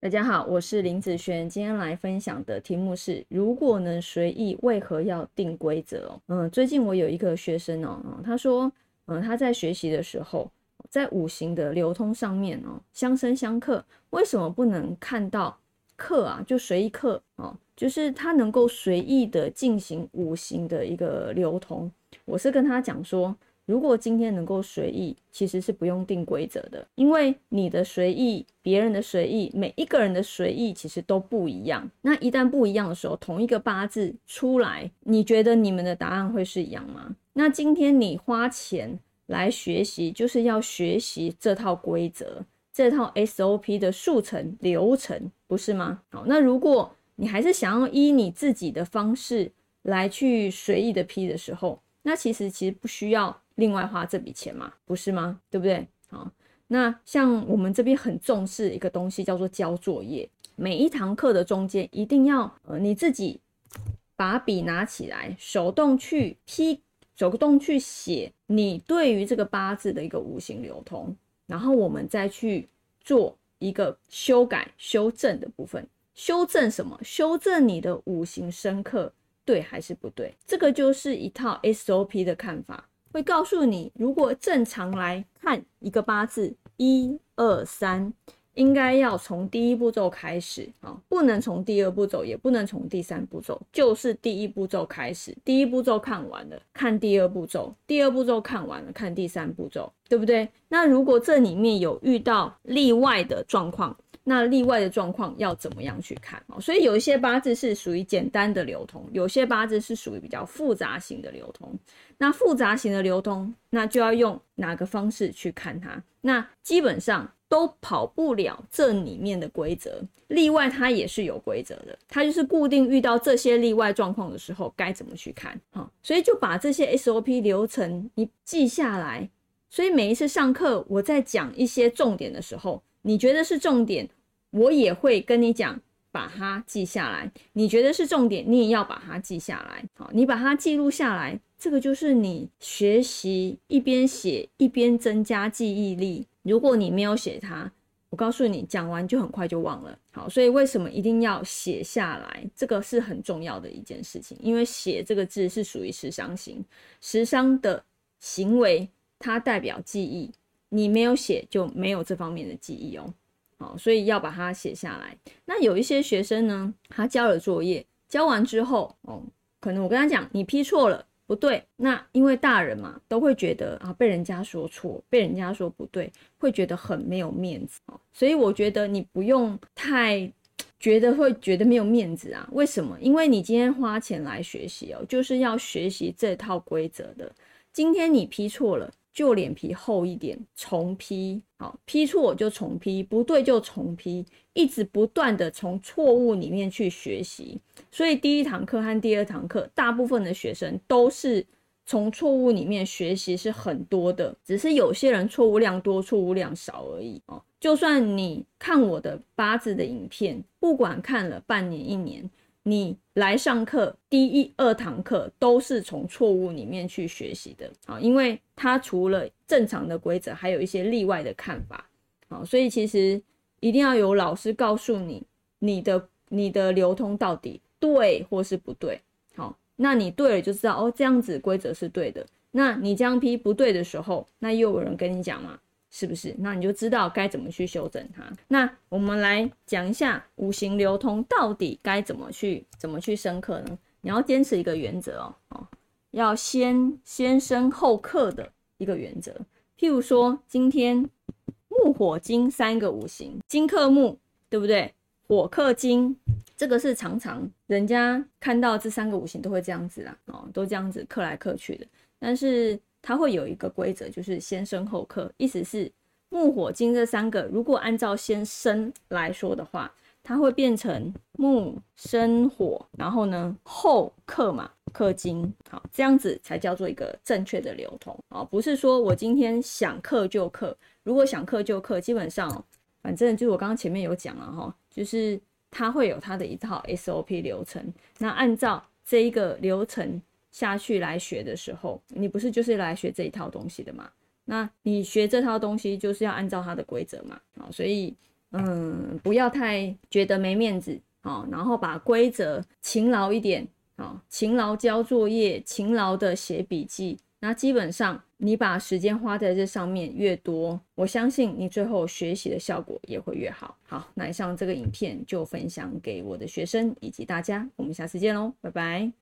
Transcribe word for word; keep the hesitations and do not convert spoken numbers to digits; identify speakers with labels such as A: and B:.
A: 大家好，我是林子璇，今天来分享的题目是如果能随意为何要定规则哦。嗯，最近我有一个学生哦，他说嗯，他在学习的时候在五行的流通上面哦，相生相克，为什么不能看到克啊就随意克哦，就是他能够随意的进行五行的一个流通。我是跟他讲说，如果今天能够随意，其实是不用定规则的，因为你的随意，别人的随意，每一个人的随意其实都不一样。那一旦不一样的时候，同一个八字出来，你觉得你们的答案会是一样吗？那今天你花钱来学习，就是要学习这套规则，这套 S O P 的速成流程，不是吗？好，那如果你还是想要依你自己的方式来去随意的批的时候，那其实其实不需要另外花这笔钱嘛，不是吗？对不对？好，那像我们这边很重视一个东西叫做交作业，每一堂课的中间一定要呃你自己把笔拿起来，手动去批，手动去写你对于这个八字的一个五行流通，然后我们再去做一个修改修正的部分。修正什么？修正你的五行生克对还是不对，这个就是一套 S O P 的看法，会告诉你如果正常来看一个八字一二三，应该要从第一步骤开始、哦、不能从第二步骤，也不能从第三步骤，就是第一步骤开始，第一步骤看完了看第二步骤，第二步骤看完了看第三步骤，对不对？那如果这里面有遇到例外的状况，那例外的状况要怎么样去看？所以有一些八字是属于简单的流通，有些八字是属于比较复杂型的流通。那复杂型的流通，那就要用哪个方式去看它？那基本上都跑不了这里面的规则，例外它也是有规则的，它就是固定遇到这些例外状况的时候该怎么去看。所以就把这些 S O P 流程你记下来，所以每一次上课我在讲一些重点的时候，你觉得是重点，我也会跟你讲把它记下来，你觉得是重点，你也要把它记下来。好，你把它记录下来，这个就是你学习一边写一边增加记忆力。如果你没有写它，我告诉你讲完就很快就忘了。好，所以为什么一定要写下来？这个是很重要的一件事情，因为写这个字是属于食伤型，食伤的行为它代表记忆，你没有写就没有这方面的记忆哦。好，所以要把它写下来。那有一些学生呢，他交了作业，交完之后哦，可能我跟他讲你批错了不对，那因为大人嘛都会觉得啊被人家说错，被人家说不对，会觉得很没有面子、哦、所以我觉得你不用太觉得会觉得没有面子啊。为什么？因为你今天花钱来学习哦，就是要学习这套规则的。今天你批错了，就脸皮厚一点，重批。好，批错就重批，不对就重批，一直不断的从错误里面去学习。所以第一堂课和第二堂课，大部分的学生都是从错误里面学习是很多的，只是有些人错误量多，错误量少而已。哦，就算你看我的八字的影片，不管看了半年一年，你来上课第一二堂课都是从错误里面去学习的。好，因为它除了正常的规则还有一些例外的看法。好，所以其实一定要有老师告诉你你的你的流通到底对或是不对。好，那你对了就知道哦，这样子规则是对的。那你这样批不对的时候，那又有人跟你讲嘛，是不是？那你就知道该怎么去修正它。那我们来讲一下五行流通到底该怎么去怎么去生克呢？你要坚持一个原则哦，哦要先先生后克的一个原则。譬如说，今天木火金三个五行，金克木，对不对？火克金，这个是常常人家看到这三个五行都会这样子啦，哦，都这样子克来克去的。但是它会有一个规则，就是先生后克，意思是木火金这三个，如果按照先生来说的话，它会变成木生火，然后呢后克嘛，克金。好，这样子才叫做一个正确的流通。好，不是说我今天想克就克，如果想克就克，基本上、哦、反正就是我刚刚前面有讲了哈，就是它会有它的一套 S O P 流程。那按照这一个流程下去来学的时候，你不是就是来学这一套东西的嘛？那你学这套东西就是要按照它的规则嘛。好，所以嗯，不要太觉得没面子，哦，然后把规则勤劳一点，哦，勤劳交作业，勤劳的写笔记，那基本上你把时间花在这上面越多，我相信你最后学习的效果也会越好。好，那以上这个影片就分享给我的学生以及大家，我们下次见咯，拜拜。